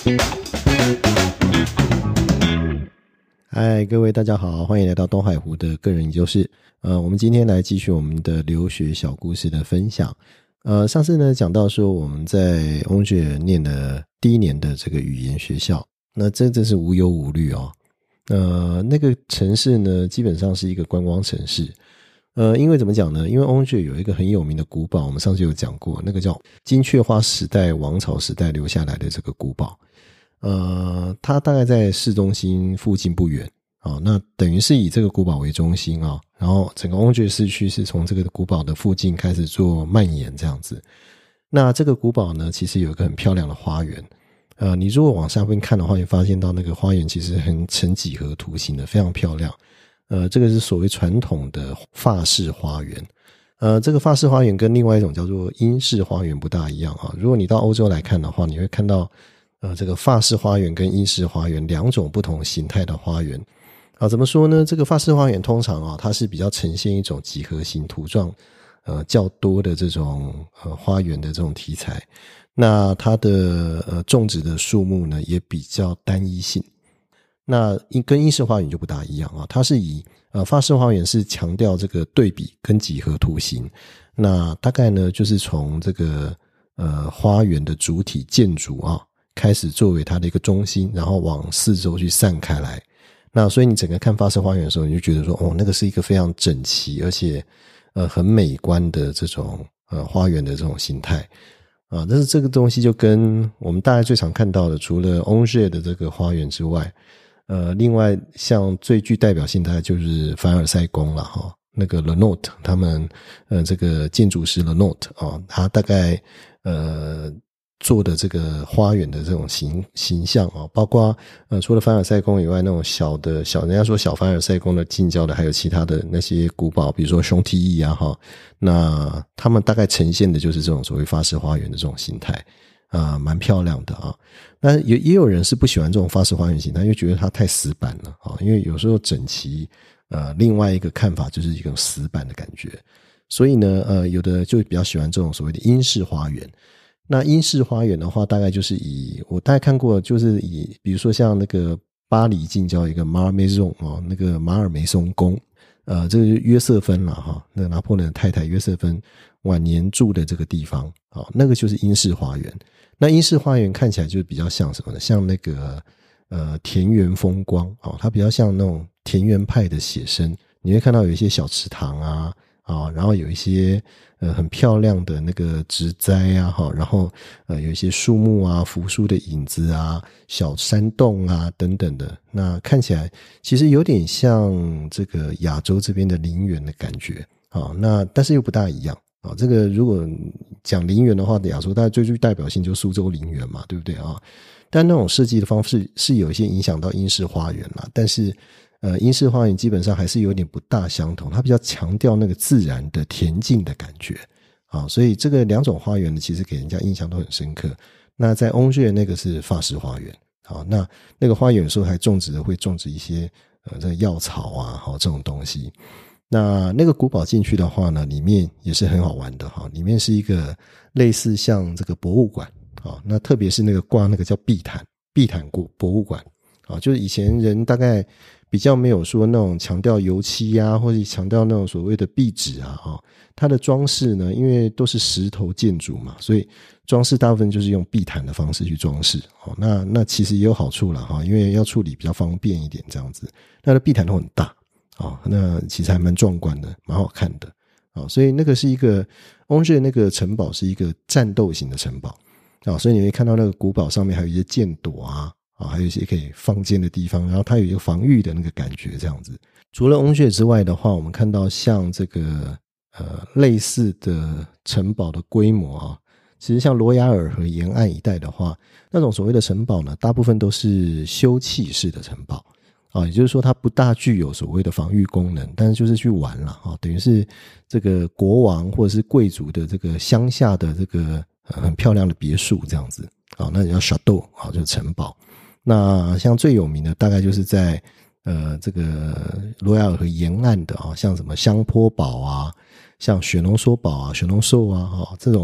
嗨，各位大家好，欢迎来到东海湖的个人研究室。我们今天来继续我们的留学小故事的分享。上次呢讲到说我们在翁学念的第一年的这个语言学校，那真是无忧无虑哦。那个城市呢基本上是一个观光城市。因为怎么讲呢？因为翁学有一个很有名的古堡，我们上次有讲过，那个叫金雀花时代王朝时代留下来的这个古堡。它大概在市中心附近不远那等于是以这个古堡为中心然后整个翁学市区是从这个古堡的附近开始做蔓延这样子。那这个古堡呢其实有一个很漂亮的花园，你如果往下面看的话，会发现到那个花园其实很呈几何图形的，非常漂亮。这个是所谓传统的法式花园。这个法式花园跟另外一种叫做英式花园不大一样如果你到欧洲来看的话，你会看到这个法式花园跟英式花园两种不同形态的花园。怎么说呢？这个法式花园通常它是比较呈现一种几何形图状较多的这种花园的这种题材。那它的种植的树木呢也比较单一性。那跟英式花园就不大一样它是以法式花园是强调这个对比跟几何图形。那大概呢就是从这个花园的主体建筑开始作为它的一个中心，然后往四周去散开来。那所以你整个看法式花园的时候，你就觉得说那个是一个非常整齐而且很美观的这种花园的这种形态但是这个东西就跟我们大概最常看到的，除了翁学的这个花园之外，另外像最具代表性的就是凡尔赛宫了那个 Lenotte 他们这个建筑师 Lenotte他大概做的这个花园的这种形象包括除了凡尔赛宫以外，那种小人家说小凡尔赛宫的近郊的还有其他的那些古堡，比如说兄弟翼那他们大概呈现的就是这种所谓法式花园的这种形态蛮漂亮的那也有人是不喜欢这种法式花园形态，因为觉得它太死板了因为有时候整齐另外一个看法就是一种死板的感觉。所以呢有的就比较喜欢这种所谓的英式花园。那英式花园的话，大概就是我大概看过，就是比如说像那个巴黎近郊一个马尔梅松那个马尔梅松宫这个约瑟芬啦那个拿破仑的太太约瑟芬晚年住的这个地方那个就是英式花园。那英式花园看起来就比较像什么呢？像那个田园风光它比较像那种田园派的写生。你会看到有一些小池塘然后有一些很漂亮的那个植栽然后有一些树木扶树的影子小山洞等等的，那看起来其实有点像这个亚洲这边的陵园的感觉那但是又不大一样这个如果讲陵园的话，亚洲大概最具代表性就苏州陵园嘛，对不对但那种设计的方式是有一些影响到英式花园啦，但是英式花园基本上还是有点不大相同，它比较强调那个自然的恬静的感觉所以这个两种花园呢其实给人家印象都很深刻。那在翁学那个是法式花园那个花园有时候还会种植一些这个药草这种东西。那个古堡进去的话呢，里面也是很好玩的里面是一个类似像这个博物馆那特别是那个挂那个叫碧潭博物馆就是以前人大概比较没有说那种强调油漆或者强调那种所谓的壁纸它的装饰呢因为都是石头建筑嘛，所以装饰大部分就是用碧潭的方式去装饰那其实也有好处啦因为要处理比较方便一点这样子。那的碧潭都很大那其实还蛮壮观的，蛮好看的所以那个是一个翁学那个城堡是一个战斗型的城堡所以你会看到那个古堡上面还有一些箭垛还有一些可以放箭的地方，然后它有一个防御的那个感觉这样子。除了翁学之外的话，我们看到像这个类似的城堡的规模其实像罗亚尔和沿岸一带的话，那种所谓的城堡呢大部分都是休憩式的城堡也就是说它不大具有所谓的防御功能，但是就是去玩了等于是这个国王或者是贵族的这个乡下的这个很漂亮的别墅这样子那叫 chateau 就是城堡。那像最有名的大概就是在这个罗亚尔河沿岸的像什么香坡堡像雪浓缩堡雪浓寿这种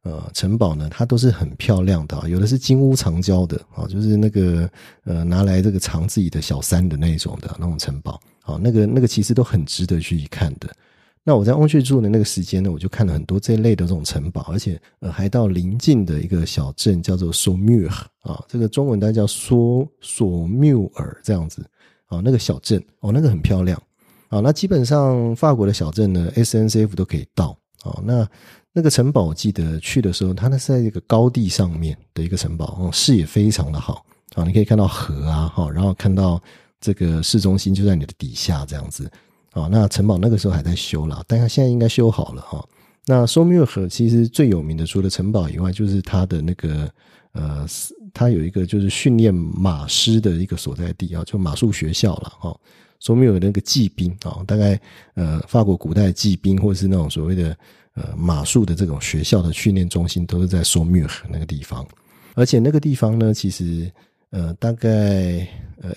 城堡呢，它都是很漂亮的有的是金屋藏娇的就是那个拿来这个藏自己的小三的那种的那种城堡那个其实都很值得去看的。那我在翁雀住的那个时间呢，我就看了很多这一类的这种城堡，而且还到邻近的一个小镇叫做索缪尔这个中文大概叫索缪尔这样子那个小镇那个很漂亮那基本上法国的小镇呢 SNCF 都可以到那个城堡我记得去的时候，它那是在一个高地上面的一个城堡视野非常的好你可以看到河然后看到这个市中心就在你的底下这样子那城堡那个时候还在修啦，但它现在应该修好了那索缪尔其实最有名的除了城堡以外，就是它的那个它有一个就是训练马师的一个所在地就马术学校啦索缪尔的那个骑兵大概法国古代骑兵或者是那种所谓的马术的这种学校的训练中心都是在索缪尔那个地方。而且那个地方呢，其实大概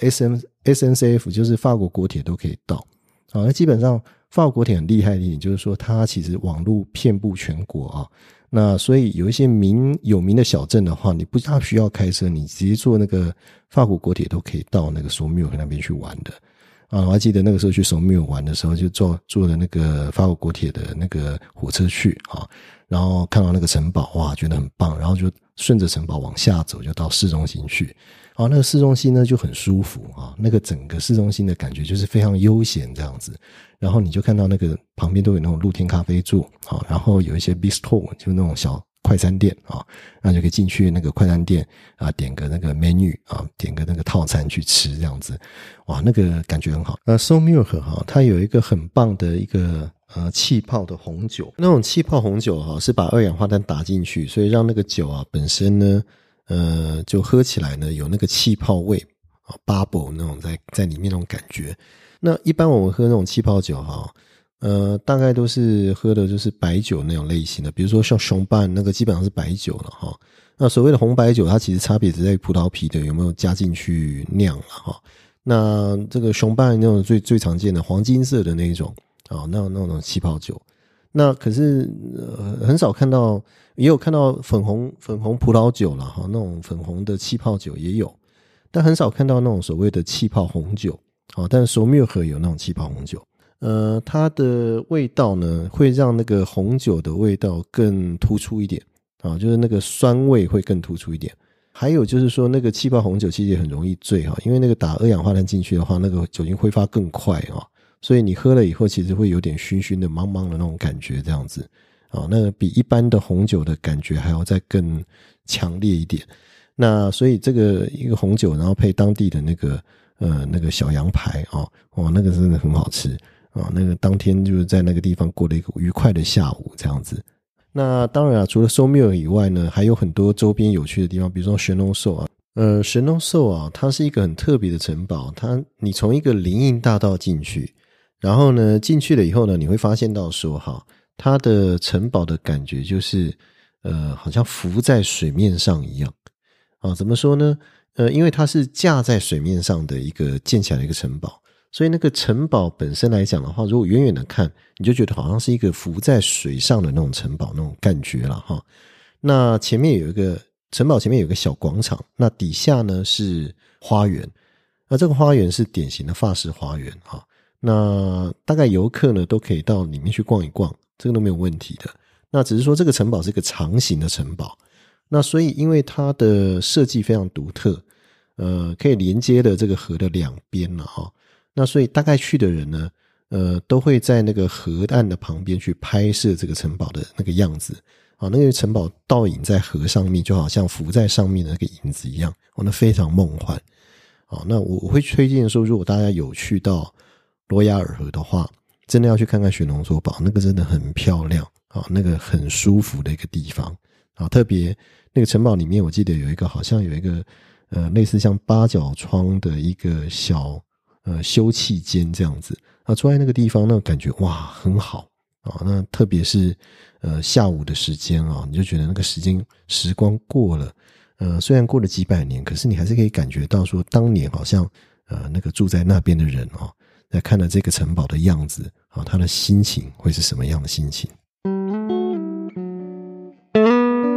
SNCF 就是法国国铁都可以到那基本上法国国铁很厉害的一点就是说它其实网路遍布全国那所以有一些有名的小镇的话，你不大需要开车，你直接坐那个法国国铁都可以到那个索缪尔那边去玩的我还记得那个时候去索缪尔玩的时候，就坐的那个法国国铁的那个火车去然后看到那个城堡哇，觉得很棒，然后就顺着城堡往下走，就到市中心去那个市中心呢就很舒服那个整个市中心的感觉就是非常悠闲这样子。然后你就看到那个旁边都有那种露天咖啡座然后有一些 bistro 就那种小快餐店那就可以进去那个快餐店点个那个 menu 点个那个套餐去吃这样子哇，那个感觉很好。索缪尔它有一个很棒的一个气泡的红酒，那种气泡红酒是把二氧化碳打进去，所以让那个酒本身呢就喝起来呢有那个气泡味bubble 那种在里面那种感觉。那一般我们喝那种气泡酒大概都是喝的就是白酒那种类型的，比如说像熊伴那个基本上是白酒了那所谓的红白酒它其实差别只在于葡萄皮的有没有加进去酿了那这个熊伴那种最常见的黄金色的那一种那种气泡酒，那可是很少看到，也有看到粉红葡萄酒啦那种粉红的气泡酒也有，但很少看到那种所谓的气泡红酒但是索缪尔有那种气泡红酒它的味道呢会让那个红酒的味道更突出一点就是那个酸味会更突出一点。还有就是说那个气泡红酒其实也很容易醉因为那个打二氧化碳进去的话，那个酒精挥发更快所以你喝了以后其实会有点醺醺的茫茫的那种感觉这样子那个比一般的红酒的感觉还要再更强烈一点。那所以这个一个红酒然后配当地的那个小羊排那个真的很好吃那个当天就是在那个地方过了一个愉快的下午这样子。那当然除了索缪尔以外呢，还有很多周边有趣的地方，比如说神农寿神农寿它是一个很特别的城堡，你从一个林荫大道进去，然后呢进去了以后呢，你会发现到说它的城堡的感觉就是好像浮在水面上一样怎么说呢因为它是架在水面上的一个建起来的一个城堡，所以那个城堡本身来讲的话，如果远远的看，你就觉得好像是一个浮在水上的那种城堡那种感觉了那前面有一个城堡前面有一个小广场，那底下呢是花园，那这个花园是典型的法式花园那大概游客呢都可以到里面去逛一逛，这个都没有问题的。那只是说这个城堡是一个长形的城堡，那所以因为它的设计非常独特可以连接的这个河的两边那所以大概去的人呢都会在那个河岸的旁边去拍摄这个城堡的那个样子那个城堡倒影在河上面，就好像浮在上面的那个影子一样那非常梦幻那我会推荐说，如果大家有去到罗亚尔河的话，真的要去看看雪农索堡，那个真的很漂亮那个很舒服的一个地方特别那个城堡里面我记得有一个好像有一个类似像八角窗的一个小休憩间这样子坐在那个地方那个感觉哇很好那特别是下午的时间你就觉得那个时光过了虽然过了几百年，可是你还是可以感觉到说当年好像那个住在那边的人在看了这个城堡的样子他的心情会是什么样的心情。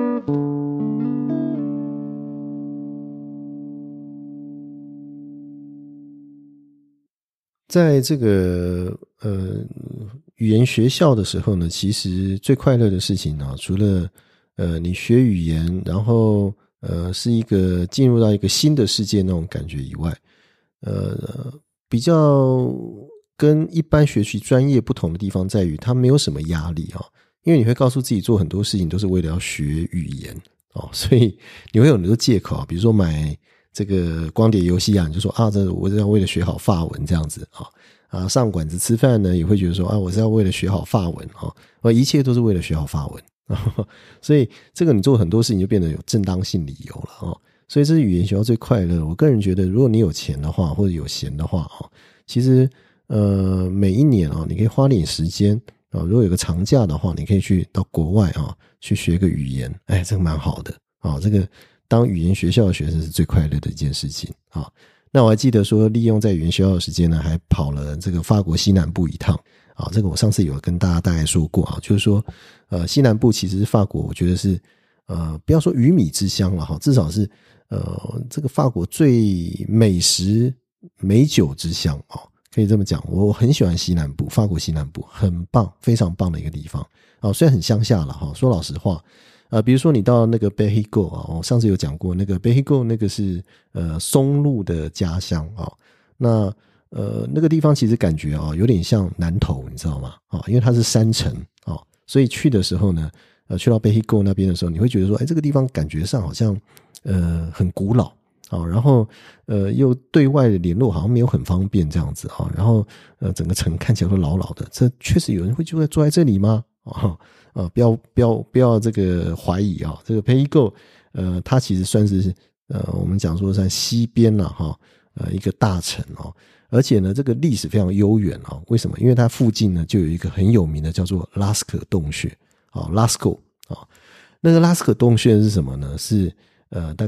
在这个语言学校的时候呢，其实最快乐的事情啊，除了你学语言，然后是一个进入到一个新的世界那种感觉以外，比较跟一般学习专业不同的地方在于，它没有什么压力啊，因为你会告诉自己做很多事情都是为了要学语言哦，所以你会有很多借口啊，比如说买这个光碟游戏啊，你就说啊，我是要为了学好法文这样子啊，上馆子吃饭呢，也会觉得说啊，我是要为了学好法文一切都是为了学好法文所以这个你做很多事情就变得有正当性理由了所以这是语言学校最快乐。我个人觉得，如果你有钱的话，或者有闲的话其实每一年你可以花点时间如果有个长假的话，你可以去到国外去学个语言，这个蛮好的这个当语言学校的学生是最快乐的一件事情那我还记得说，利用在语言学校的时间呢，还跑了这个法国西南部一趟这个我上次有跟大家大概说过就是说西南部其实是法国，我觉得是不要说鱼米之乡了至少是这个法国最美食美酒之乡可以这么讲。我很喜欢西南部，法国西南部很棒，非常棒的一个地方虽然很乡下了说老实话比如说你到那个贝希购我上次有讲过，那个贝希购那个是松露的家乡那那个地方其实感觉有点像南投，你知道吗因为它是山城所以去的时候呢去到贝希购那边的时候，你会觉得说这个地方感觉上好像很古老然后又对外的联络好像没有很方便这样子然后整个城看起来都老老的，这确实有人会就坐在这里吗不要这个怀疑这个贝希购它其实算是我们讲说在西边了一个大城而且呢这个历史非常悠远为什么？因为它附近呢就有一个很有名的叫做拉斯可洞穴拉斯科那个拉斯可洞穴是什么呢？是大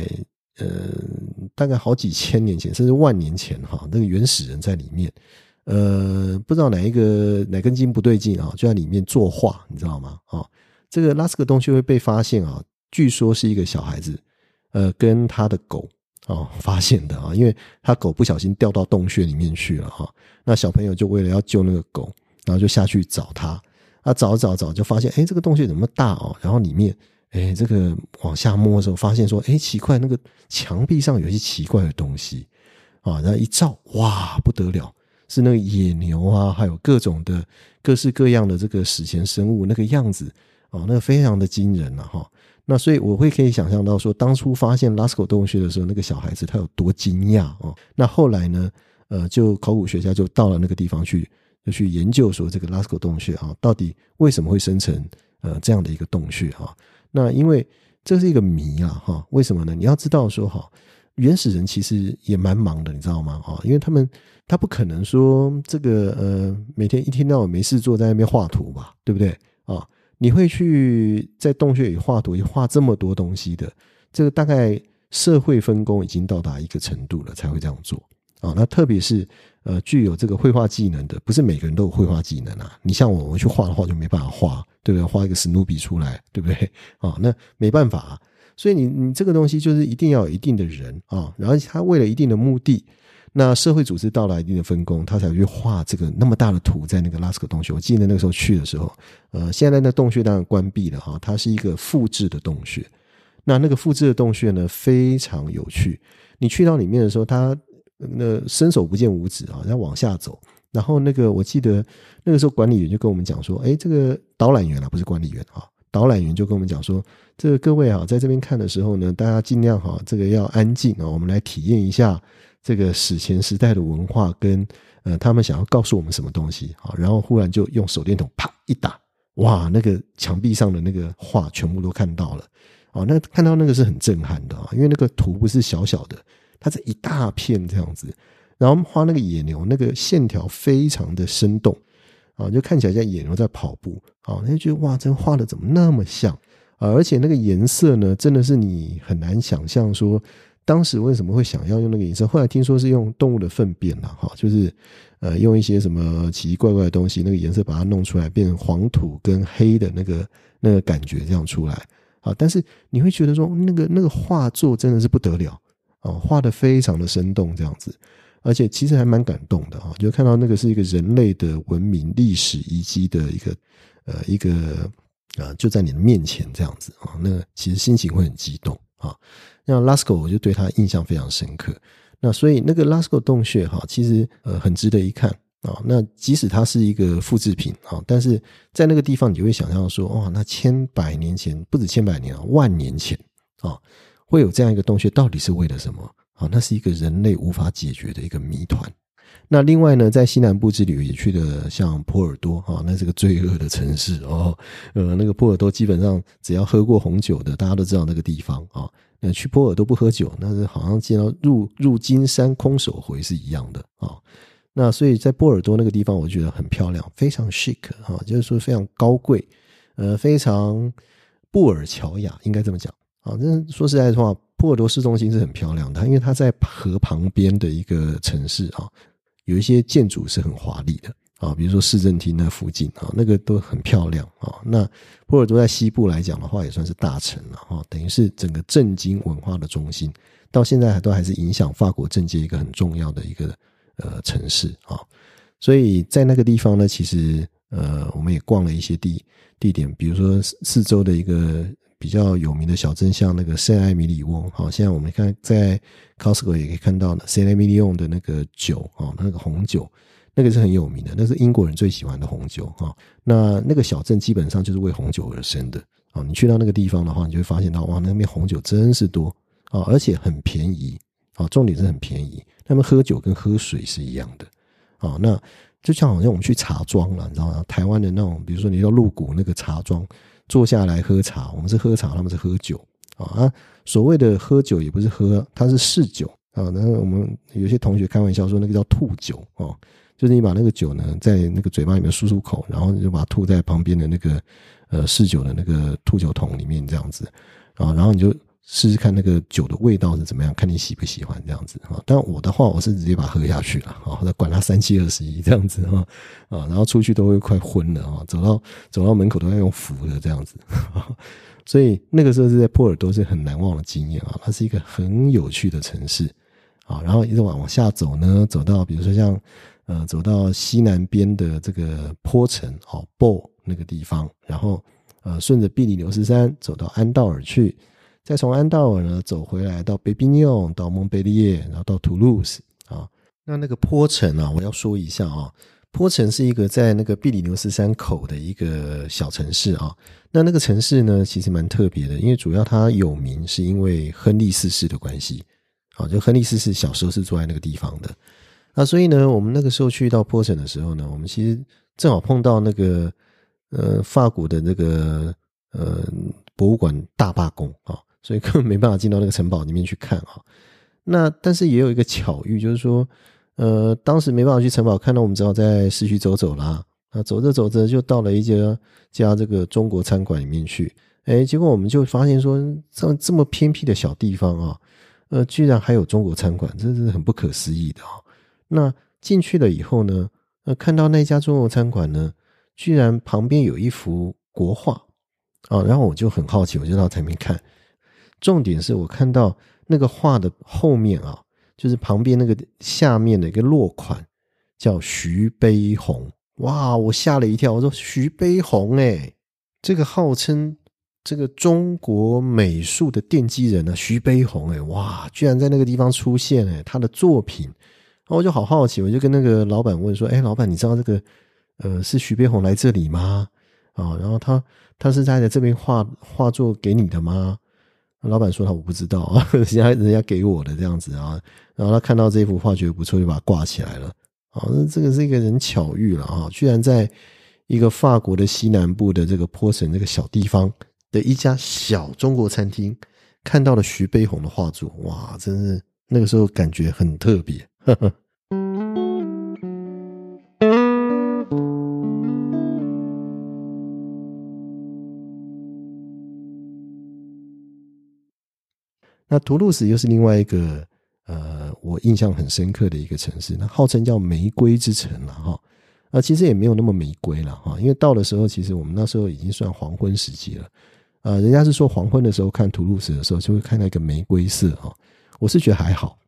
概好几千年前甚至万年前那个原始人在里面不知道哪根筋不对劲就在里面作画，你知道吗这个拉斯可洞穴会被发现据说是一个小孩子跟他的狗发现的因为他狗不小心掉到洞穴里面去了那小朋友就为了要救那个狗，然后就下去找他找就发现这个洞穴怎么那么大然后里面这个往下摸的时候发现说奇怪，那个墙壁上有一些奇怪的东西然后一照，哇不得了，是那个野牛还有各种的各式各样的这个史前生物那个样子那个非常的惊人那所以我可以想象到说，当初发现拉斯科洞穴的时候，那个小孩子他有多惊讶那后来呢就考古学家就到了那个地方去研究说这个拉斯科洞穴到底为什么会生成这样的一个洞穴那因为这是一个谜为什么呢？你要知道说原始人其实也蛮忙的，你知道吗因为他不可能说这个每天一天到晚没事做在那边画图吧，对不对你会去在洞穴里画图，画这么多东西的，这个大概社会分工已经到达一个程度了才会这样做那特别是具有这个绘画技能的，不是每个人都有绘画技能你像我去画的话就没办法画，对不对？画一个史努比出来，对不对那没办法所以你这个东西就是一定要有一定的人然后他为了一定的目的，那社会组织到了一定的分工，他才会去画这个那么大的图在那个拉斯科洞穴。我记得那个时候去的时候现在那洞穴当然关闭了它是一个复制的洞穴。那个复制的洞穴呢非常有趣，你去到里面的时候，它伸手不见五指要往下走，然后我记得那个时候管理员就跟我们讲说这个导览员不是管理员导览员就跟我们讲说，这个各位在这边看的时候呢，大家尽量这个要安静我们来体验一下这个史前时代的文化跟他们想要告诉我们什么东西然后忽然就用手电筒啪一打，哇那个墙壁上的那个画全部都看到了那看到那个是很震撼的因为那个图不是小小的，它是一大片这样子，然后画那个野牛，那个线条非常的生动就看起来像野牛在跑步那就觉得哇这画的怎么那么像而且那个颜色呢真的是你很难想象说当时为什么会想要用那个颜色，后来听说是用动物的粪便就是用一些什么奇奇怪怪的东西，那个颜色把它弄出来变成黄土跟黑的那个感觉这样出来但是你会觉得说那个画作真的是不得了画得非常的生动这样子而且其实还蛮感动的就看到那个是一个人类的文明历史遗迹的一个就在你的面前这样子那个其实心情会很激动像 Lascaux 我就对他印象非常深刻。那所以那个 Lascaux 洞穴其实很值得一看那即使它是一个复制品但是在那个地方你就会想象说那千百年前，不止千百年万年前会有这样一个洞穴，到底是为了什么那是一个人类无法解决的一个谜团。那另外呢，在西南部之旅也去了像波尔多那是个罪恶的城市那个波尔多基本上只要喝过红酒的大家都知道那个地方那去波尔多不喝酒，那是好像见到入金山空手回是一样的那所以在波尔多那个地方我觉得很漂亮，非常 chic 就是说非常高贵非常布尔乔亚，应该这么讲真的说实在的话，波尔多市中心是很漂亮的，因为它在河旁边的一个城市有一些建筑是很华丽的比如说市政厅那附近那个都很漂亮那波尔多在西部来讲的话也算是大城了等于是整个政经文化的中心，到现在还是影响法国政界一个很重要的一个城市所以在那个地方呢，其实我们也逛了一些地点，比如说四周的一个比较有名的小镇，像那个圣埃米里翁现在我们看在 Costco 也可以看到圣埃米里翁的那个酒那个红酒，那个是很有名的，那是英国人最喜欢的红酒那个小镇基本上就是为红酒而生的你去到那个地方的话，你就会发现到哇，那边红酒真是多而且很便宜重点是很便宜，他们喝酒跟喝水是一样的那就像好像我们去茶庄了，你知道吗？台湾的那种比如说你到鹿谷那个茶庄坐下来喝茶，我们是喝茶，他们是喝酒所谓的喝酒也不是喝，它是试酒那我们有些同学开玩笑说那个叫吐酒就是你把那个酒呢在那个嘴巴里面漱口，然后你就把它吐在旁边的那个试酒的那个吐酒桶里面这样子然后你就试试看那个酒的味道是怎么样，看你喜不喜欢这样子但我的话我是直接把它喝下去了管它3721这样子然后出去都会快昏了走到门口都要用扶的这样子所以那个时候是在波尔多是很难忘的经验它是一个很有趣的城市然后一直往下走呢，走到比如说像走到西南边的这个坡城布那个地方，然后顺着比利牛斯山走到安道尔去，再从安道尔呢走回来到贝比尼翁，到蒙贝利耶，然后到图卢斯那个坡城我要说一下坡城是一个在那个比利牛斯山口的一个小城市那个城市呢其实蛮特别的，因为主要它有名是因为亨利四世的关系就亨利四世小时候是住在那个地方的所以呢我们那个时候去到坡城的时候呢，我们其实正好碰到那个法国的那个博物馆大罢工所以根本没办法进到那个城堡里面去看那但是也有一个巧遇，就是说当时没办法去城堡看到，我们只好在市区走走啦走着走着就到了一家这个中国餐馆里面去结果我们就发现说这么偏僻的小地方居然还有中国餐馆，这是很不可思议的那进去了以后呢看到那家中国餐馆呢居然旁边有一幅国画然后我就很好奇，我就到前面看，重点是我看到那个画的后面就是旁边那个下面的一个落款叫徐悲鸿，哇，我吓了一跳，我说徐悲鸿这个号称这个中国美术的奠基人徐悲鸿哇，居然在那个地方出现他的作品，然后我就好好奇，我就跟那个老板问说老板你知道这个是徐悲鸿来这里吗然后他是在这边画作给你的吗？老板说我不知道人家给我的这样子然后他看到这幅画觉得不错，就把它挂起来了那这个是一个人巧遇了居然在一个法国的西南部的这个坡城这个小地方的一家小中国餐厅看到了徐悲鸿的画作，哇，真是那个时候感觉很特别呵呵。那图卢斯又是另外一个我印象很深刻的一个城市，那号称叫玫瑰之城啦其实也没有那么玫瑰啦因为到的时候其实我们那时候已经算黄昏时期了人家是说黄昏的时候看图卢斯的时候就会看到一个玫瑰色我是觉得还好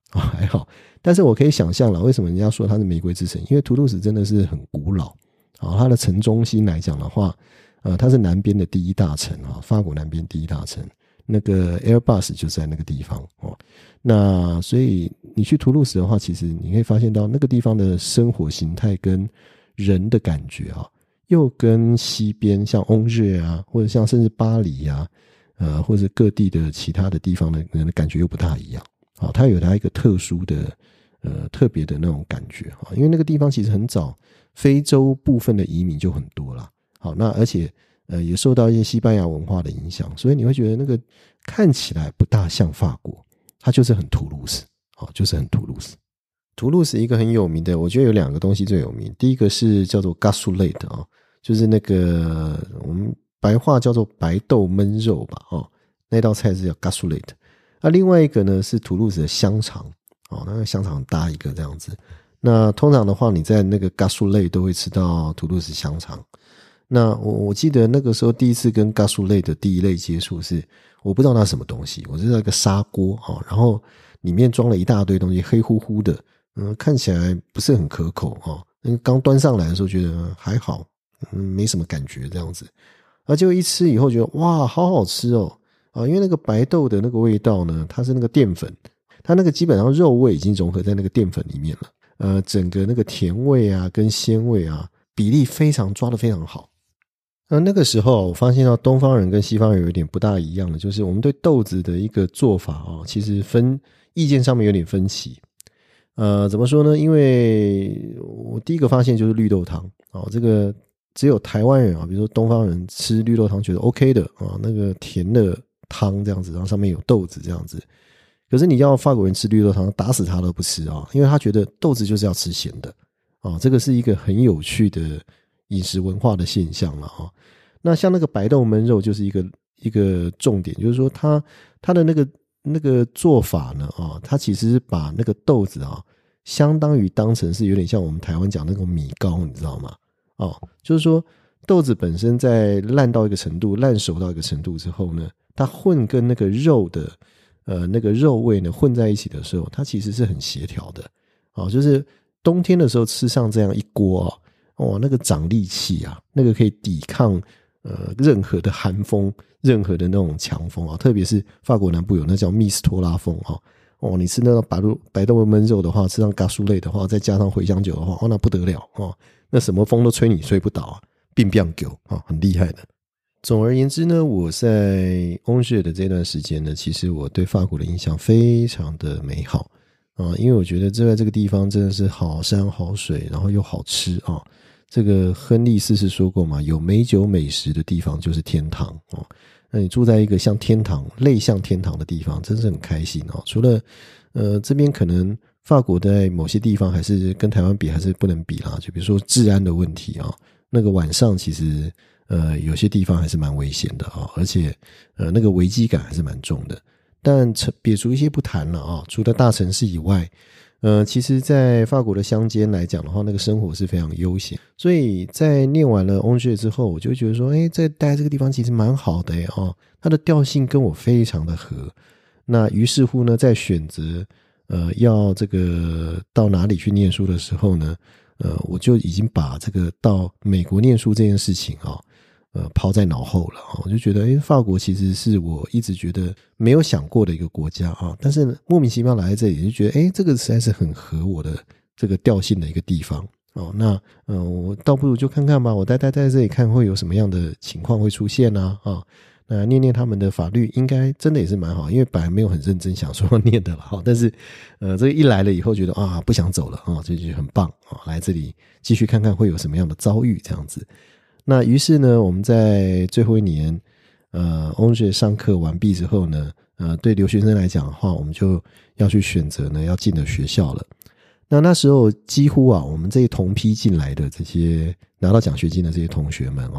还好。但是我可以想象了，为什么人家说它是玫瑰之城，因为图卢斯真的是很古老，它的城中心来讲的话，它是南边的第一大城，法国南边第一大城，那个 Airbus 就在那个地方，那所以你去图卢斯的话，其实你可以发现到那个地方的生活形态跟人的感觉又跟西边像翁日啊，或者像甚至巴黎啊，或者各地的其他的地方的人的感觉又不大一样。它有它一个特殊的特别的那种感觉，因为那个地方其实很早非洲部分的移民就很多啦。好，那而且也受到一些西班牙文化的影响，所以你会觉得那个看起来不大像法国，它就是很图卢斯，就是很图卢斯。图卢斯一个很有名的，我觉得有2个东西最有名，第一个是叫做 gasoulette 就是那个我们白话叫做白豆焖肉吧，那道菜是叫 gasoulette。另外一个呢是图卢斯的香肠，那个香肠很大一个这样子。那通常的话，你在那个 gasoulette 都会吃到图卢斯香肠。那我记得那个时候第一次跟 gasoulette 的第一类接触是，我不知道那是什么东西，我知道一个砂锅，然后里面装了一大堆东西，黑乎乎的，看起来不是很可口，刚端上来的时候觉得还好，没什么感觉这样子。结果一吃以后觉得哇，好好吃哦。因为那个白豆的那个味道呢，它是那个淀粉，它那个基本上肉味已经融合在那个淀粉里面了，整个那个甜味啊跟鲜味啊比例抓得非常好。那个时候我发现到东方人跟西方人有一点不大一样的，就是我们对豆子的一个做法其实意见上面有点分歧。怎么说呢？因为我第一个发现就是绿豆汤，这个只有台湾人比如说东方人吃绿豆汤觉得 OK 的那个甜的汤这样子，然后上面有豆子这样子。可是你要法国人吃绿豆汤，打死他都不吃因为他觉得豆子就是要吃咸的这个是一个很有趣的饮食文化的现象了那像那个白豆焖肉就是一个重点，就是说它的那个做法呢它其实是把那个豆子相当于当成是有点像我们台湾讲那种米糕，你知道吗？就是说豆子本身在烂到一个程度，烂熟到一个程度之后呢，它混跟那个肉的那个肉味呢混在一起的时候，它其实是很协调的就是冬天的时候吃上这样一锅那个长力气那个可以抵抗任何的寒风，任何的那种强风特别是法国南部有那叫密斯托拉风你吃那种白豆焖肉的话，吃上gasoulette的话，再加上茴香酒的话那不得了那什么风都吹你吹不倒冰冰狗很厉害的。总而言之呢，我在翁雪的这段时间呢，其实我对法国的印象非常的美好因为我觉得在这个地方真的是好山好水，然后又好吃这个亨利四世说过嘛，有美酒美食的地方就是天堂那你住在一个像天堂类像天堂的地方，真是很开心除了这边可能法国在某些地方还是跟台湾比还是不能比啦，就比如说治安的问题那个晚上其实有些地方还是蛮危险的而且那个危机感还是蛮重的。但撇除一些不谈了除了大城市以外其实在法国的乡间来讲的话，那个生活是非常悠闲，所以在念完了翁雪之后，我就觉得说在待这个地方其实蛮好的它的调性跟我非常的合。那于是乎呢，在选择要这个到哪里去念书的时候呢我就已经把这个到美国念书这件事情抛在脑后了我就觉得法国其实是我一直觉得没有想过的一个国家但是莫名其妙来在这里就觉得这个实在是很合我的这个调性的一个地方那我倒不如就看看吧，我待在这里看会有什么样的情况会出现那念念他们的法律应该真的也是蛮好，因为本来没有很认真想说念的了但是这个一来了以后觉得不想走了这就很棒来这里继续看看会有什么样的遭遇这样子。那于是呢，我们在最后一年翁雪上课完毕之后呢对留学生来讲的话，我们就要去选择呢要进的学校了。那时候几乎我们这一同批进来的这些拿到奖学金的这些同学们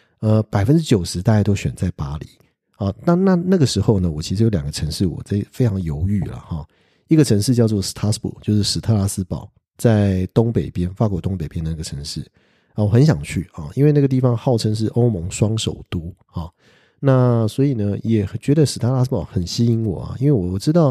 90%大概都选在巴黎那个时候呢，我其实有2个城市我非常犹豫了一个城市叫做斯塔斯堡，就是史特拉斯堡，在东北边，法国东北边那个城市我很想去因为那个地方号称是欧盟双首都那所以呢也觉得史特拉斯堡很吸引我因为我知道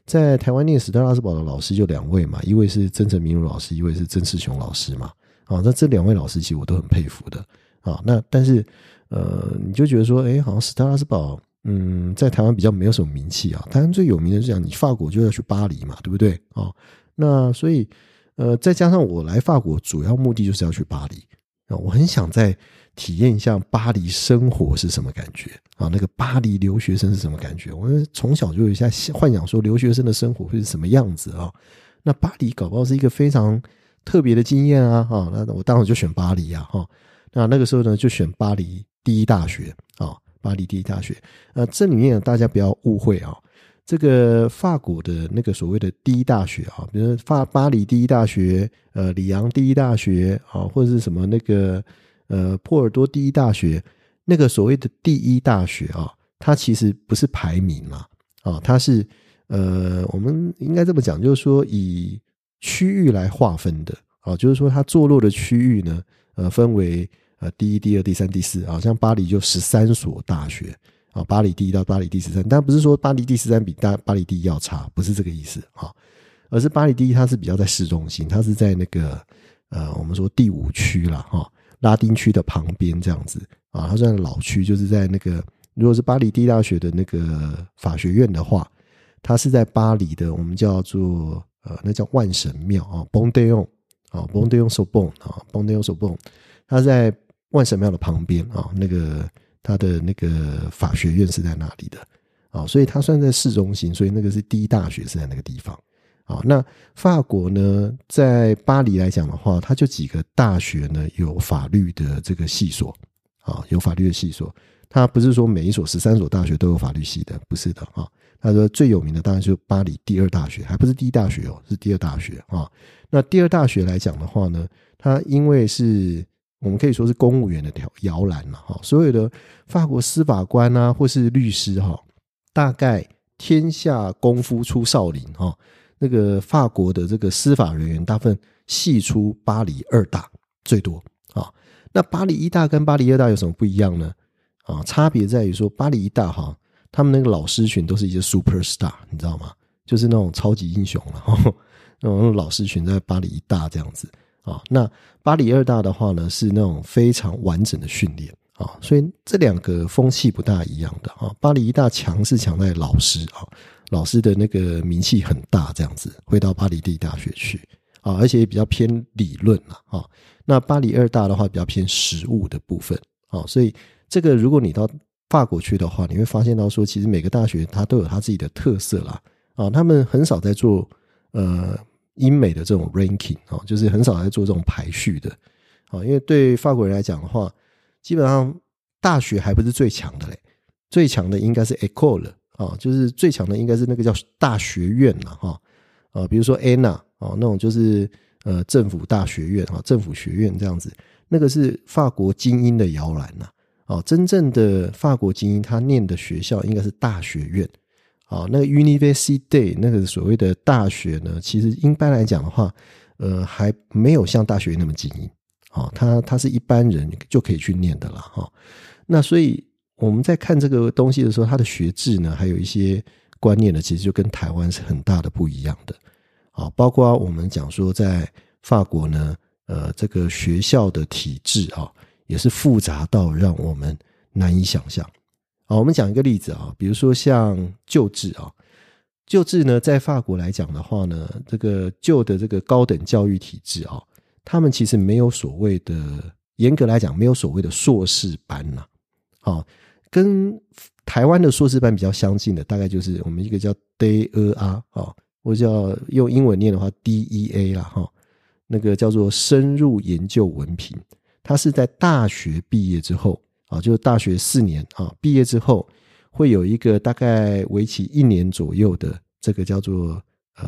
在台湾念史特拉斯堡的老师就2位嘛，一位是曾成明儒老师，一位是曾仕雄老师嘛。那这2位老师其实我都很佩服的。那但是你就觉得说好像史特拉斯堡在台湾比较没有什么名气啊。台湾最有名的是讲你法国就要去巴黎嘛，对不对？那所以再加上我来法国主要目的就是要去巴黎。我很想再体验一下巴黎生活是什么感觉那个巴黎留学生是什么感觉。我从小就有一下幻想说留学生的生活会是什么样子那巴黎搞不好是一个非常特别的经验那我当然就选巴黎那个时候呢就选巴黎第一大学巴黎第一大学。这里面大家不要误会这个法国的那个所谓的第一大学比如说巴黎第一大学里昂第一大学或者是什么那个波尔多第一大学，那个所谓的第一大学它其实不是排名啦它是我们应该这么讲，就是说以区域来划分的就是说它坐落的区域呢分为第一、第二、第三、第四像巴黎就13所大学巴黎第一到巴黎第13，但不是说巴黎第13比巴黎第一要差，不是这个意思而是巴黎第一它是比较在市中心，它是在那个我们说第5区啦拉丁区的旁边这样子它算老区，就是在那个如果是巴黎第一大学的那个法学院的话，它是在巴黎的我们叫做那叫万神庙Bon Dieu Bon Dieu Sorbonne Bon Dieu Sorbonne， 它在万神庙的旁边那个它的那个法学院是在那里的所以它算在市中心，所以那个是第一大学是在那个地方那法国呢在巴黎来讲的话，它就几个大学呢有法律的这个系所有法律的系所，它不是说每一所13所大学都有法律系的，不是的他说最有名的当然就是巴黎第二大学，还不是第一大学是第二大学那第二大学来讲的话呢，它因为是我们可以说是公务员的摇篮所有的法国司法官或是律师大概天下功夫出少林那个法国的这个司法人员大部分系出巴黎2大最多那巴黎1大跟巴黎2大有什么不一样呢差别在于说巴黎1大他们那个老师群都是一些 superstar， 你知道吗？就是那种超级英雄那种老师群在巴黎1大这样子那巴黎2大的话呢是那种非常完整的训练所以这2个风气不大一样的巴黎1大强是强在老师老师的那个名气很大这样子，会到巴黎第一大学去而且也比较偏理论那巴黎2大的话比较偏实务的部分所以这个如果你到法国去的话，你会发现到说其实每个大学它都有它自己的特色啦他们很少在做英美的这种 ranking 就是很少在做这种排序的因为对法国人来讲的话，基本上大学还不是最强的嘞，最强的应该是 école就是最强的应该是那个叫大学院啦比如说 ENA那种就是政府大学院政府学院这样子，那个是法国精英的摇篮真正的法国精英他念的学校应该是大学院那个 Université 那个所谓的大学呢，其实一般来讲的话还没有像大学院那么精英他是一般人就可以去念的啦那所以我们在看这个东西的时候，它的学制呢还有一些观念呢其实就跟台湾是很大的不一样的包括我们讲说在法国呢这个学校的体制也是复杂到让我们难以想象我们讲一个例子比如说像旧制旧制呢在法国来讲的话呢，这个旧的这个高等教育体制他们其实没有所谓的，严格来讲没有所谓的硕士班跟台湾的硕士班比较相近的大概就是我们一个叫 DEA 或者叫用英文念的话 DEA 啦那个叫做深入研究文凭，它是在大学毕业之后就是大学4年毕业之后会有一个大概为期1年左右的这个叫做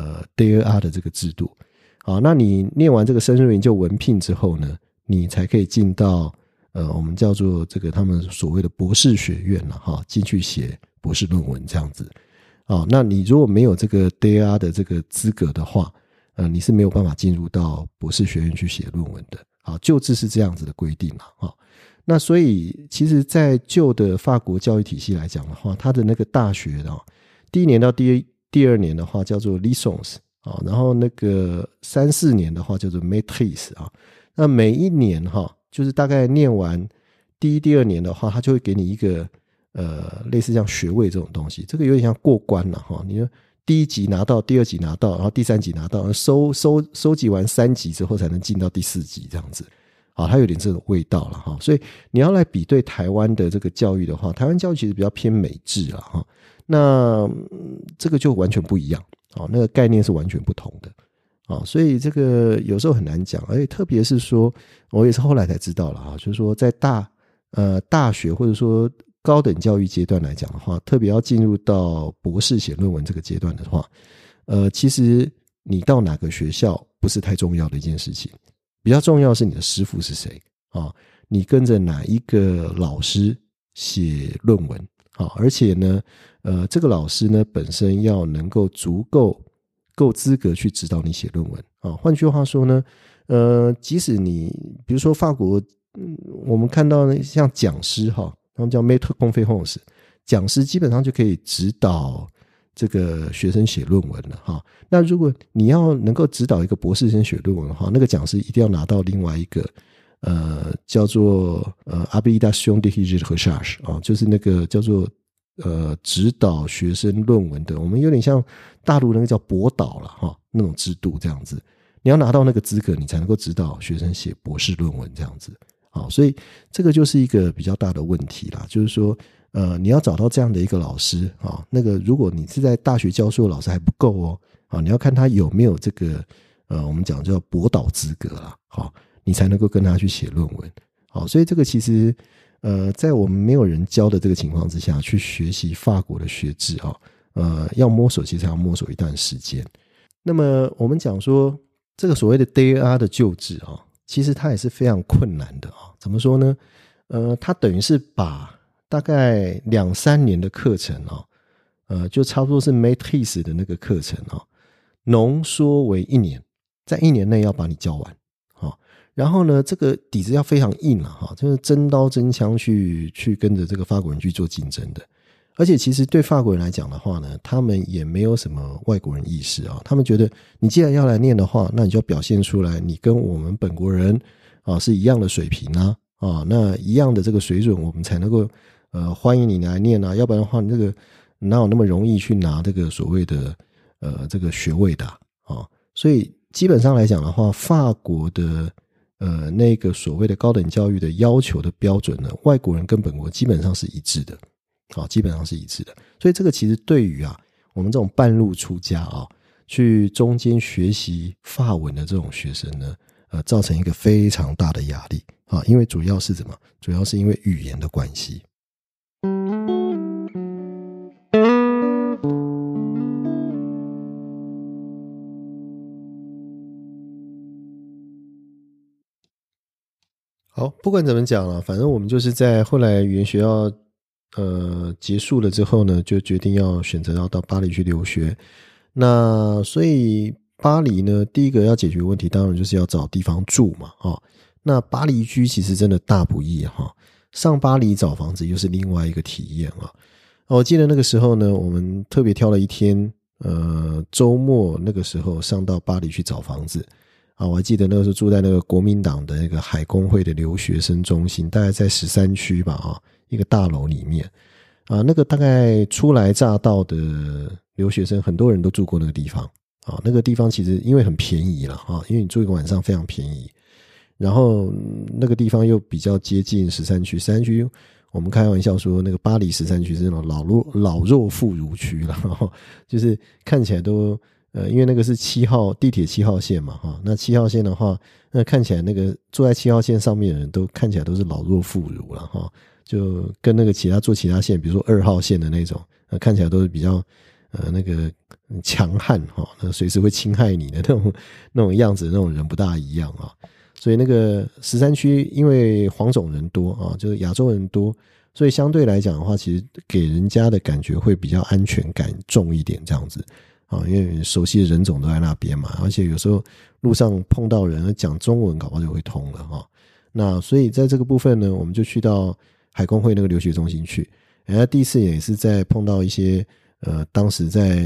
DEA 的这个制度那你念完这个深入研究文凭之后呢，你才可以进到我们叫做这个他们所谓的博士学院进去写博士论文这样子那你如果没有这个 DEA 的这个资格的话你是没有办法进入到博士学院去写论文的旧制是这样子的规定那所以其实在旧的法国教育体系来讲的话，它的那个大学第1年到第第2年的话叫做 licence 啊，然后那个3、4年的话叫做 maîtrise 啊。那每一年哈，就是大概念完第1、第2年的话，他就会给你一个类似像学位这种东西，这个有点像过关了哈。你第1级拿到，第2级拿到，然后第3级拿到，收集完3级之后才能进到第4级这样子。啊，它有点这种味道了哈，所以你要来比对台湾的这个教育的话，台湾教育其实比较偏美制了哈，那这个就完全不一样，那个概念是完全不同的啊，所以这个有时候很难讲，而且特别是说，我也是后来才知道了啊，就是说在大学或者说高等教育阶段来讲的话，特别要进入到博士写论文这个阶段的话，其实你到哪个学校不是太重要的一件事情。比较重要是你的师傅是谁啊？你跟着哪一个老师写论文啊？而且呢，这个老师呢本身要能够够资格去指导你写论文啊。换句话说呢，即使你比如说法国，我们看到像讲师哈，他们叫 maître conférence， 讲师基本上就可以指导这个学生写论文了哈。那如果你要能够指导一个博士生写论文的话，那个讲师一定要拿到另外一个叫做habilitation de recherche 啊，就是那个叫做指导学生论文的，我们有点像大陆那个叫博导了哈，那种制度这样子。你要拿到那个资格，你才能够指导学生写博士论文这样子。好，所以这个就是一个比较大的问题啦，就是说你要找到这样的一个老师啊，那个如果你是在大学教书的老师还不够哦，啊，你要看他有没有这个我们讲叫博导资格啦，好，你才能够跟他去写论文。好，所以这个其实在我们没有人教的这个情况之下去学习法国的学制啊，要摸索其实要摸索一段时间。那么我们讲说这个所谓的 DEA 的旧制啊，其实它也是非常困难的啊。怎么说呢？它等于是把大概2、3年的课程就差不多是 maîtrise 的那个课程浓缩为1年，在1年内要把你教完然后呢，这个底子要非常硬就是真刀真枪去跟着这个法国人去做竞争的。而且其实对法国人来讲的话呢，他们也没有什么外国人意识他们觉得你既然要来念的话，那你就要表现出来你跟我们本国人是一样的水平那一样的这个水准，我们才能够欢迎你来念要不然的话，你这个哪有那么容易去拿这个所谓的这个学位的所以基本上来讲的话，法国的那个所谓的高等教育的要求的标准呢，外国人跟本国基本上是一致的基本上是一致的。所以这个其实对于我们这种半路出家去中间学习法文的这种学生呢，造成一个非常大的压力因为主要是什么？主要是因为语言的关系。好，不管怎么讲了，反正我们就是在后来语言学校结束了之后呢，就决定要选择要到巴黎去留学。那所以巴黎呢，第一个要解决问题当然就是要找地方住嘛那巴黎居其实真的大不易上巴黎找房子又是另外一个体验我记得那个时候呢，我们特别挑了一天周末那个时候上到巴黎去找房子我还记得那个时候住在那个国民党的那个海工会的留学生中心，大概在13区吧一个大楼里面那个大概初来乍到的留学生很多人都住过那个地方那个地方其实因为很便宜啦因为你住一个晚上非常便宜，然后那个地方又比较接近13区，13区我们开玩笑说那个巴黎13区是那种老弱妇孺区啦就是看起来都因为那个是地铁7号线嘛那7号线的话，那看起来那个坐在7号线上面的人都看起来都是老弱妇孺了就跟那个坐其他线比如说2号线的那种看起来都是比较那个强悍那随时会侵害你的那种样子的那种人不大一样所以那个13区因为黄种人多就是亚洲人多，所以相对来讲的话，其实给人家的感觉会比较安全感重一点这样子因为熟悉的人种都在那边嘛，而且有时候路上碰到人讲中文搞不好就会通了那所以在这个部分呢，我们就去到海工会那个留学中心去第一次也是在碰到一些当时在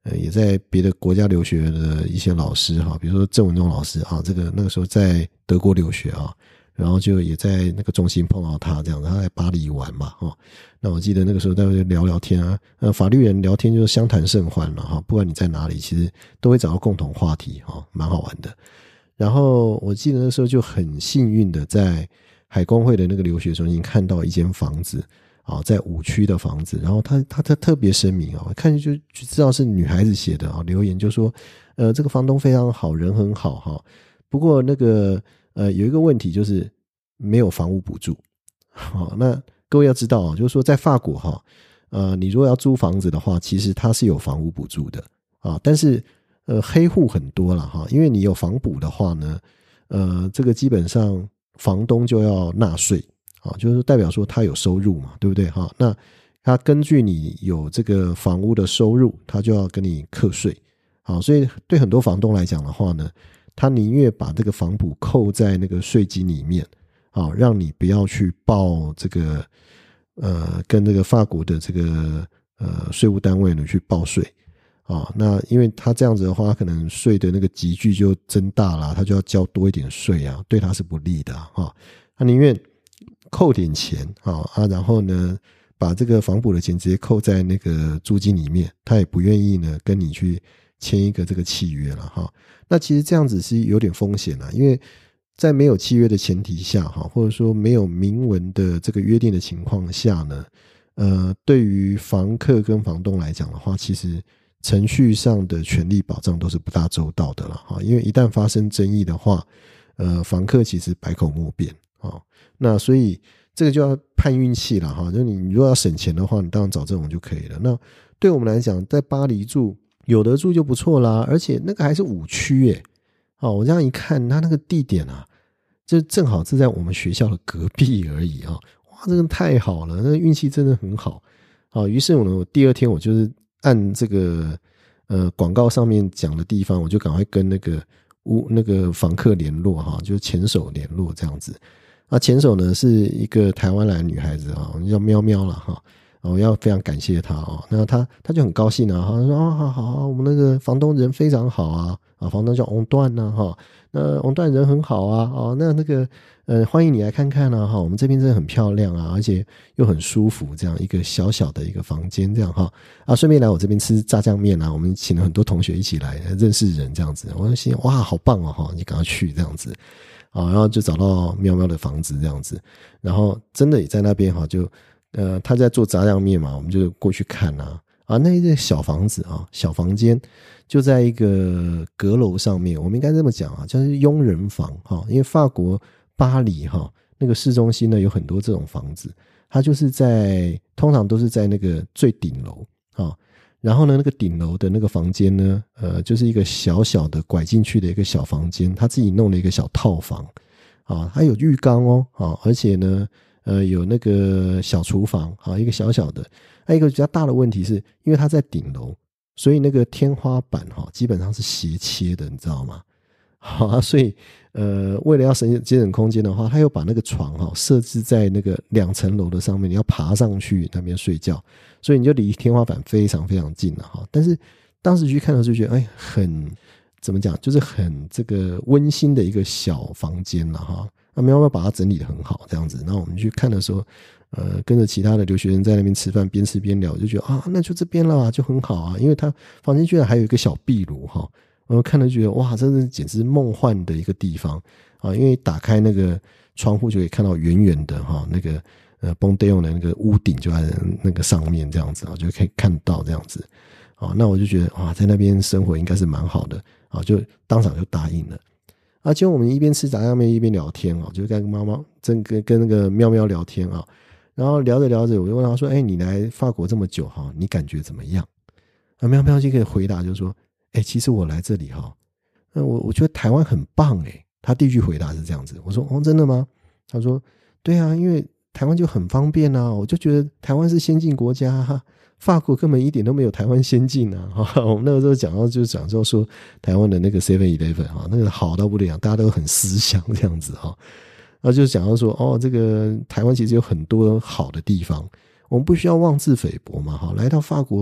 也在别的国家留学的一些老师哈，比如说郑文忠老师啊，那个时候在德国留学啊，然后就也在那个中心碰到他这样子，他在巴黎玩嘛那我记得那个时候大家就聊聊天啊，法律人聊天就是相谈甚欢了哈，不管你在哪里，其实都会找到共同话题蛮好玩的。然后我记得那时候就很幸运的在海工会的那个留学中心看到一间房子在5区的房子，然后他特别声明看就知道是女孩子写的留言就说这个房东非常好，人很好不过那个有一个问题就是没有房屋补助那各位要知道就是说在法国你如果要租房子的话，其实它是有房屋补助的但是黑户很多啦因为你有房补的话呢这个基本上房东就要纳税就是代表说他有收入嘛，对不对那他根据你有这个房屋的收入，他就要跟你课税所以对很多房东来讲的话呢，他宁愿把这个房补扣在那个税金里面让你不要去报这个跟这个法国的这个税务单位呢去报税那因为他这样子的话，可能税的那个集聚就增大了，他就要交多一点税对他是不利的他宁愿扣点钱然后呢把这个房补的钱直接扣在那个租金里面，他也不愿意呢跟你去签一个这个契约了那其实这样子是有点风险因为在没有契约的前提下或者说没有明文的这个约定的情况下呢对于房客跟房东来讲的话，其实程序上的权利保障都是不大周到的了因为一旦发生争议的话房客其实百口莫辩那所以这个就要看运气了就你如果要省钱的话，你当然找这种就可以了。那对我们来讲，在巴黎住有得住就不错啦，而且那个还是5区耶我这样一看，它那个地点就正好是在我们学校的隔壁而已哇，这个太好了，那个运气真的很好于是我第2天我就是按这个广告上面讲的地方，我就赶快跟那个房客联络就前手联络这样子前手呢是一个台湾来的女孩子叫喵喵啦我要非常感谢她那她就很高兴她说好我们那个房东人非常好房东叫翁段那翁段人很好那个欢迎你来看看我们这边真的很漂亮而且又很舒服，这样一个小小的一个房间这样顺便来我这边吃炸酱面我们请了很多同学一起来认识人这样子，我就心哇好棒你赶快去这样子然后就找到喵喵的房子这样子，然后真的也在那边就他在做炸酱面嘛，我们就过去看那一个小房子小房间就在一个阁楼上面，我们应该这么讲就是佣人房因为法国巴黎那个市中心呢有很多这种房子，它就是通常都是在那个最顶楼然后呢那个顶楼的那个房间呢就是一个小小的拐进去的一个小房间，他自己弄了一个小套房它有浴缸而且呢有那个小厨房一个小小的。一个比较大的问题是因为它在顶楼，所以那个天花板基本上是斜切的，你知道吗所以为了要节省空间的话，他又把那个床设置在那个2层楼的上面，你要爬上去那边睡觉，所以你就离天花板非常非常近了但是当时去看的时候就觉得很怎么讲，就是很这个温馨的一个小房间了那喵喵把它整理得很好这样子。然后我们去看的时候跟着其他的留学生在那边吃饭，边吃边聊，就觉得那就这边了就很好因为它房间居然还有一个小壁炉然后看了觉得哇，真的简直梦幻的一个地方因为打开那个窗户就可以看到远远的那个崩дей用的那个屋顶就在那个上面这样子就可以看到这样子那我就觉得哇，在那边生活应该是蛮好的就当场就答应了结果我们一边吃炸酱面一边聊天就跟妈妈跟那个喵喵聊天然后聊着聊着我就问他说你来法国这么久你感觉怎么样喵喵就可以回答就是说其实我来这里我觉得台湾很棒他第一句回答是这样子，我说真的吗？他说对因为台湾就很方便我就觉得台湾是先进国家法国根本一点都没有台湾先进我们那个时候讲到就是讲说台湾的那个 7-Eleven 那个好到不得了，大家都很思乡这样子然后就讲到说这个台湾其实有很多好的地方，我们不需要妄自菲薄嘛来到法国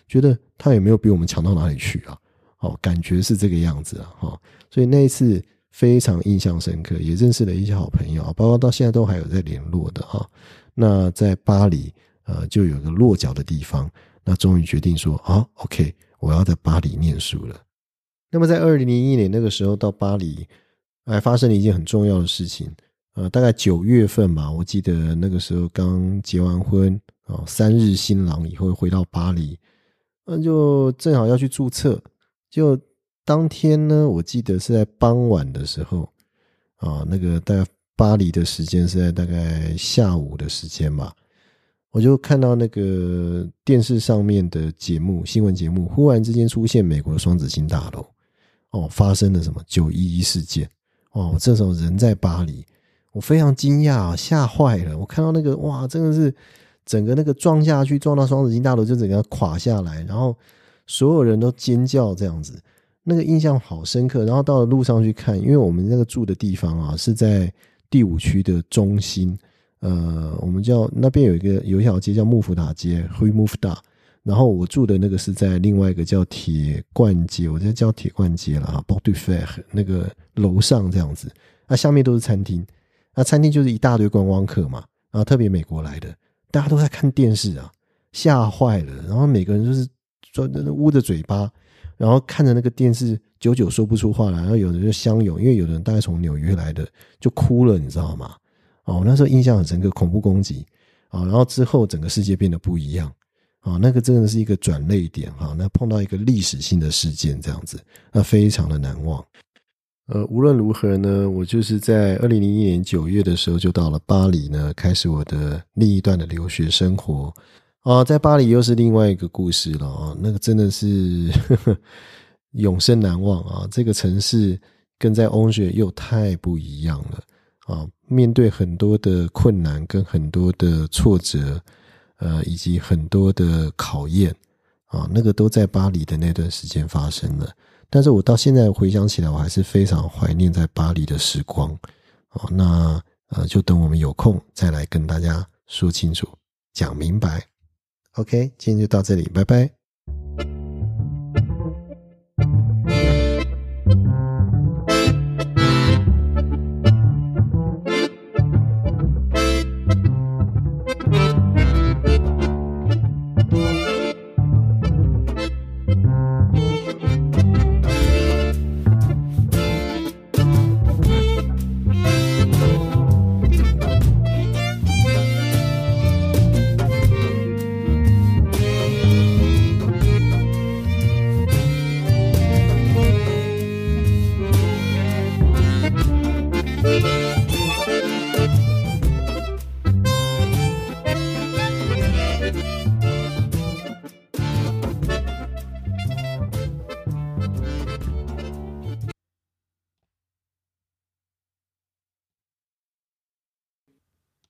觉得他也没有比我们强到哪里去啊，感觉是这个样子啊，所以那一次非常印象深刻，也认识了一些好朋友，包括到现在都还有在联络的啊。那在巴黎就有个落脚的地方，那终于决定说OK， 我要在巴黎念书了。那么在2001年那个时候到巴黎还发生了一件很重要的事情，大概9月份吧，我记得那个时候刚结完婚3日新郎以后回到巴黎，那就正好要去注册，就当天呢，我记得是在傍晚的时候那个大概巴黎的时间是在大概下午的时间吧，我就看到那个电视上面的节目，新闻节目，忽然之间出现美国的双子星大楼发生了什么911事件我这时候人在巴黎，我非常惊讶吓坏了，我看到那个哇，真的是整个那个撞下去，撞到双子星大楼就整个垮下来，然后所有人都尖叫这样子，那个印象好深刻。然后到了路上去看，因为我们那个住的地方是在第5区的中心，我们叫那边有一条街叫穆福塔街 Rue Mouffetard， 然后我住的那个是在另外一个叫铁罐街，我就叫铁罐街啦 Porte du Fer 那个楼上这样子，下面都是餐厅，餐厅就是一大堆观光客嘛，然后特别美国来的，大家都在看电视吓坏了，然后每个人就是捂着嘴巴，然后看着那个电视久久说不出话来，然后有人就相拥，因为有人大概从纽约来的就哭了，你知道吗？我那时候印象很深刻，恐怖攻击然后之后整个世界变得不一样那个真的是一个转捩点那碰到一个历史性的事件这样子，那非常的难忘。无论如何呢，我就是在2001年9月的时候就到了巴黎呢，开始我的另一段的留学生活在巴黎又是另外一个故事了那个真的是永生难忘这个城市跟在翁学又太不一样了面对很多的困难跟很多的挫折以及很多的考验那个都在巴黎的那段时间发生了。但是我到现在回想起来，我还是非常怀念在巴黎的时光那就等我们有空再来跟大家说清楚讲明白。OK， 今天就到这里，拜拜。